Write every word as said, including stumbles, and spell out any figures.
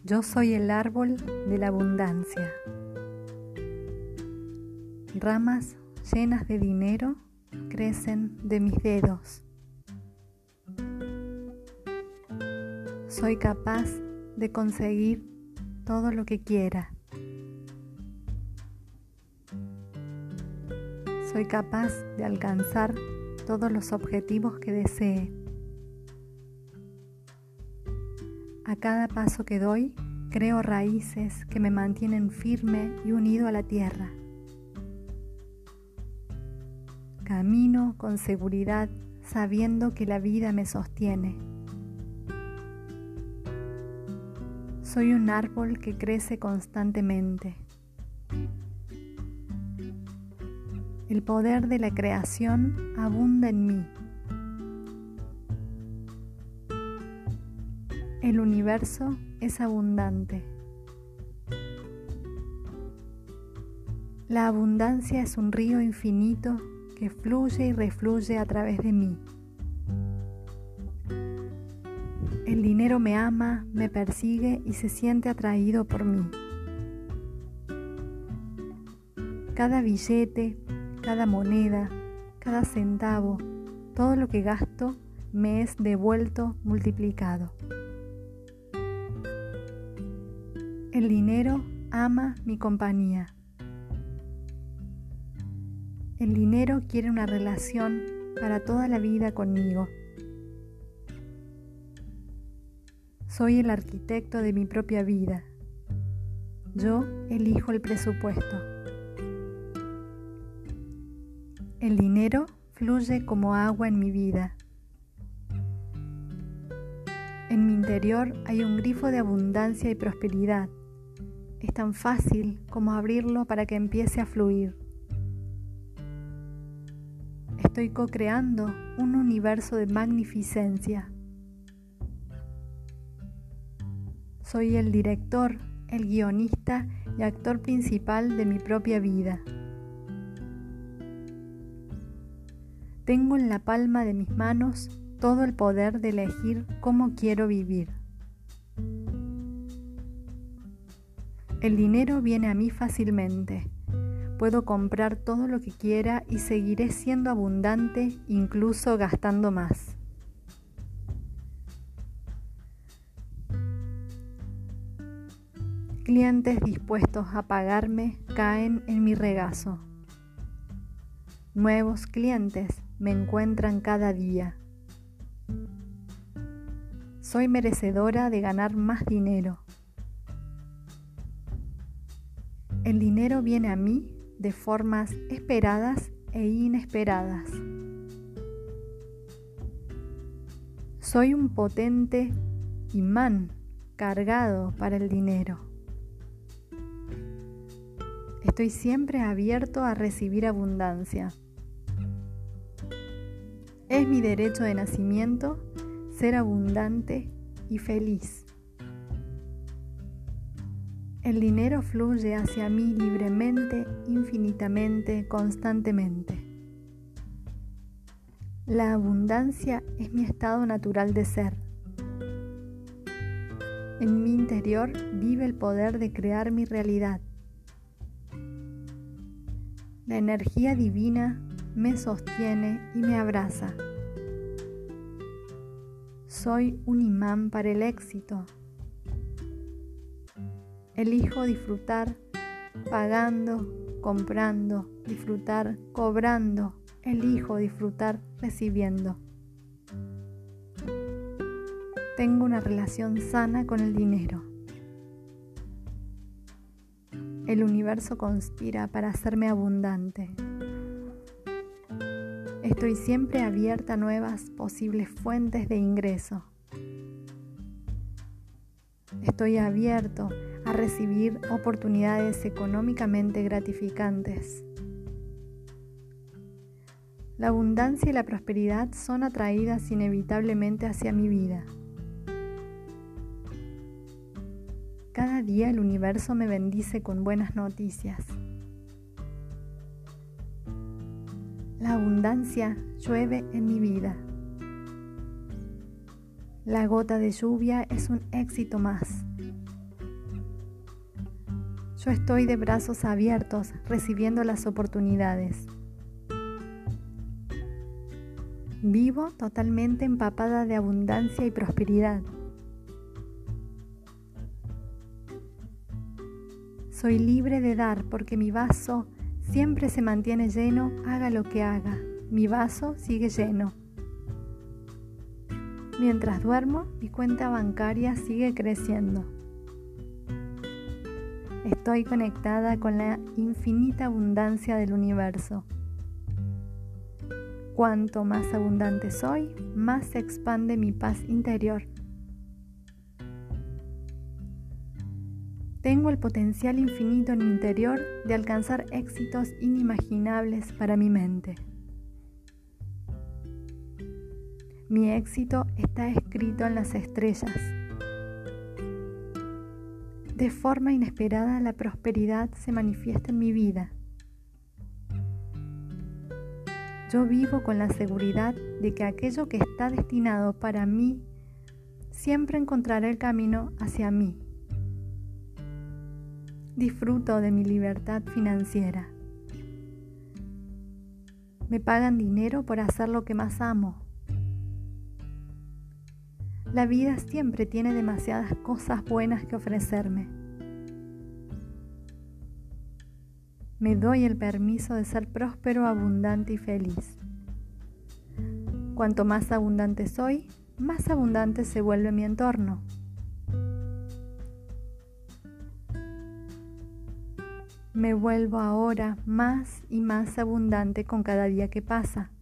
Yo soy el árbol de la abundancia. Ramas llenas de dinero crecen de mis dedos. Soy capaz de conseguir todo lo que quiera. Soy capaz de alcanzar todos los objetivos que desee. A cada paso que doy, creo raíces que me mantienen firme y unido a la tierra. Camino con seguridad, sabiendo que la vida me sostiene. Soy un árbol que crece constantemente. El poder de la creación abunda en mí. El universo es abundante. La abundancia es un río infinito que fluye y refluye a través de mí. El dinero me ama, me persigue y se siente atraído por mí. Cada billete, cada moneda, cada centavo, todo lo que gasto me es devuelto multiplicado. El dinero ama mi compañía. El dinero quiere una relación para toda la vida conmigo. Soy el arquitecto de mi propia vida. Yo elijo el presupuesto. El dinero fluye como agua en mi vida. En mi interior hay un grifo de abundancia y prosperidad. Es tan fácil como abrirlo para que empiece a fluir. Estoy co-creando un universo de magnificencia. Soy el director, el guionista y actor principal de mi propia vida. Tengo en la palma de mis manos todo el poder de elegir cómo quiero vivir. El dinero viene a mí fácilmente. Puedo comprar todo lo que quiera y seguiré siendo abundante, incluso gastando más. Clientes dispuestos a pagarme caen en mi regazo. Nuevos clientes me encuentran cada día. Soy merecedora de ganar más dinero. El dinero viene a mí de formas esperadas e inesperadas. Soy un potente imán cargado para el dinero. Estoy siempre abierto a recibir abundancia. Es mi derecho de nacimiento ser abundante y feliz. El dinero fluye hacia mí libremente, infinitamente, constantemente. La abundancia es mi estado natural de ser. En mi interior vive el poder de crear mi realidad. La energía divina me sostiene y me abraza. Soy un imán para el éxito. Elijo disfrutar pagando, comprando, disfrutar cobrando. Elijo disfrutar recibiendo. Tengo una relación sana con el dinero. El universo conspira para hacerme abundante. Estoy siempre abierta a nuevas posibles fuentes de ingreso. Estoy abierto a recibir oportunidades económicamente gratificantes. La abundancia y la prosperidad son atraídas inevitablemente hacia mi vida. Cada día el universo me bendice con buenas noticias. La abundancia llueve en mi vida. La gota de lluvia es un éxito más. Yo estoy de brazos abiertos, recibiendo las oportunidades. Vivo totalmente empapada de abundancia y prosperidad. Soy libre de dar porque mi vaso siempre se mantiene lleno, haga lo que haga. Mi vaso sigue lleno. Mientras duermo, mi cuenta bancaria sigue creciendo. Estoy conectada con la infinita abundancia del universo. Cuanto más abundante soy, más se expande mi paz interior. Tengo el potencial infinito en mi interior de alcanzar éxitos inimaginables para mi mente. Mi éxito está escrito en las estrellas. De forma inesperada, la prosperidad se manifiesta en mi vida. Yo vivo con la seguridad de que aquello que está destinado para mí siempre encontrará el camino hacia mí. Disfruto de mi libertad financiera. Me pagan dinero por hacer lo que más amo. La vida siempre tiene demasiadas cosas buenas que ofrecerme. Me doy el permiso de ser próspero, abundante y feliz. Cuanto más abundante soy, más abundante se vuelve mi entorno. Me vuelvo ahora más y más abundante con cada día que pasa.